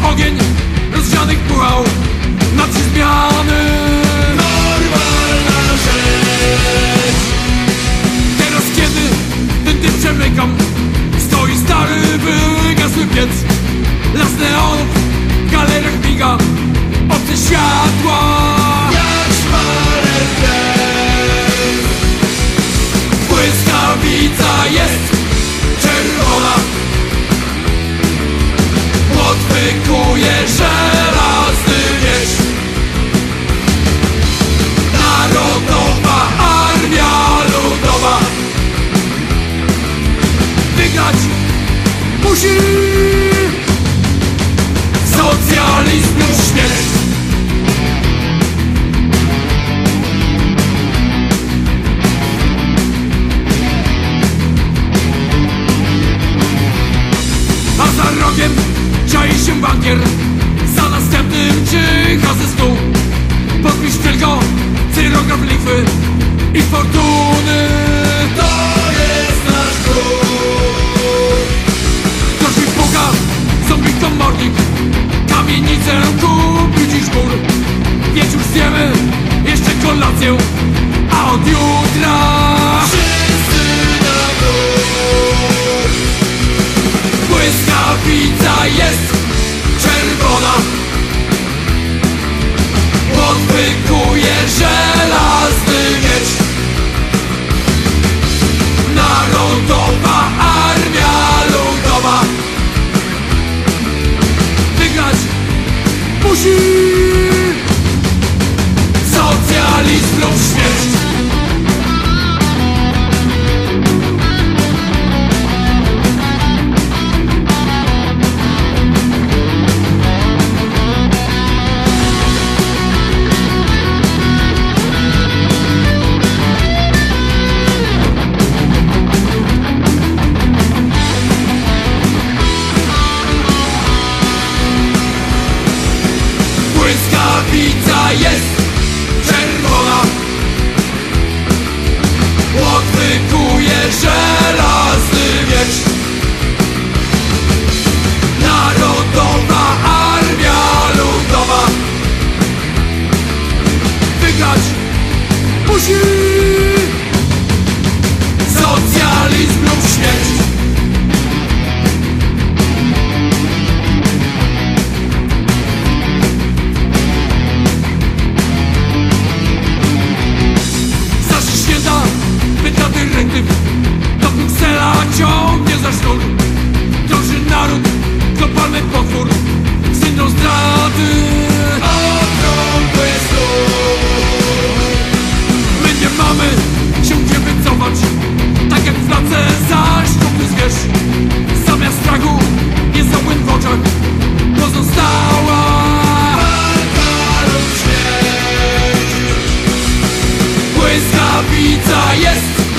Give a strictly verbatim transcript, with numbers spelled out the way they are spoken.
ogień rozgrzanych płał na trzy zmiany. Normalna rzecz. Teraz kiedy ten dym przemykam, stoi stary wygasły piec. Las neonów w galeriach miga od te światła jak szmarek deszcz. Błyskawica jest czerwona, odwykuje żelazny miecz. Narodowa Armia Ludowa wygrać musi. Socjalizm lub śmierć. A za rogiem czai się bankier, za następnym czyha ze stół. Podpisz tylko cyrograf lichwy i fortuny. To jest nasz król. Ktoś mi puka, zombie komornik, kamienicę kupił dziś mur. Wieczór zjemy jeszcze kolację, a od jutra wszyscy na górę. Błyskawica jest czerwona, odwykuje żelazny miecz. Narodowa Armia Ludowa wygrać musi. Socjalizm lub śmierć. Błyskawica jest czerwona, odwykuje żelazny miecz. Narodowa Armia Ludowa wygrać musi. Socjalizm lub śmierć. Do Bruksela ciągnie za sznur. Drąży naród, globalny potwór, syndrom zdrady, okrągły stół. My nie mamy się gdzie wycofać, tak jak w place zaszczupny zwierz. Zamiast strachu jest obłęd w oczach, pozostała walka lub śmierć. Błyskawica jest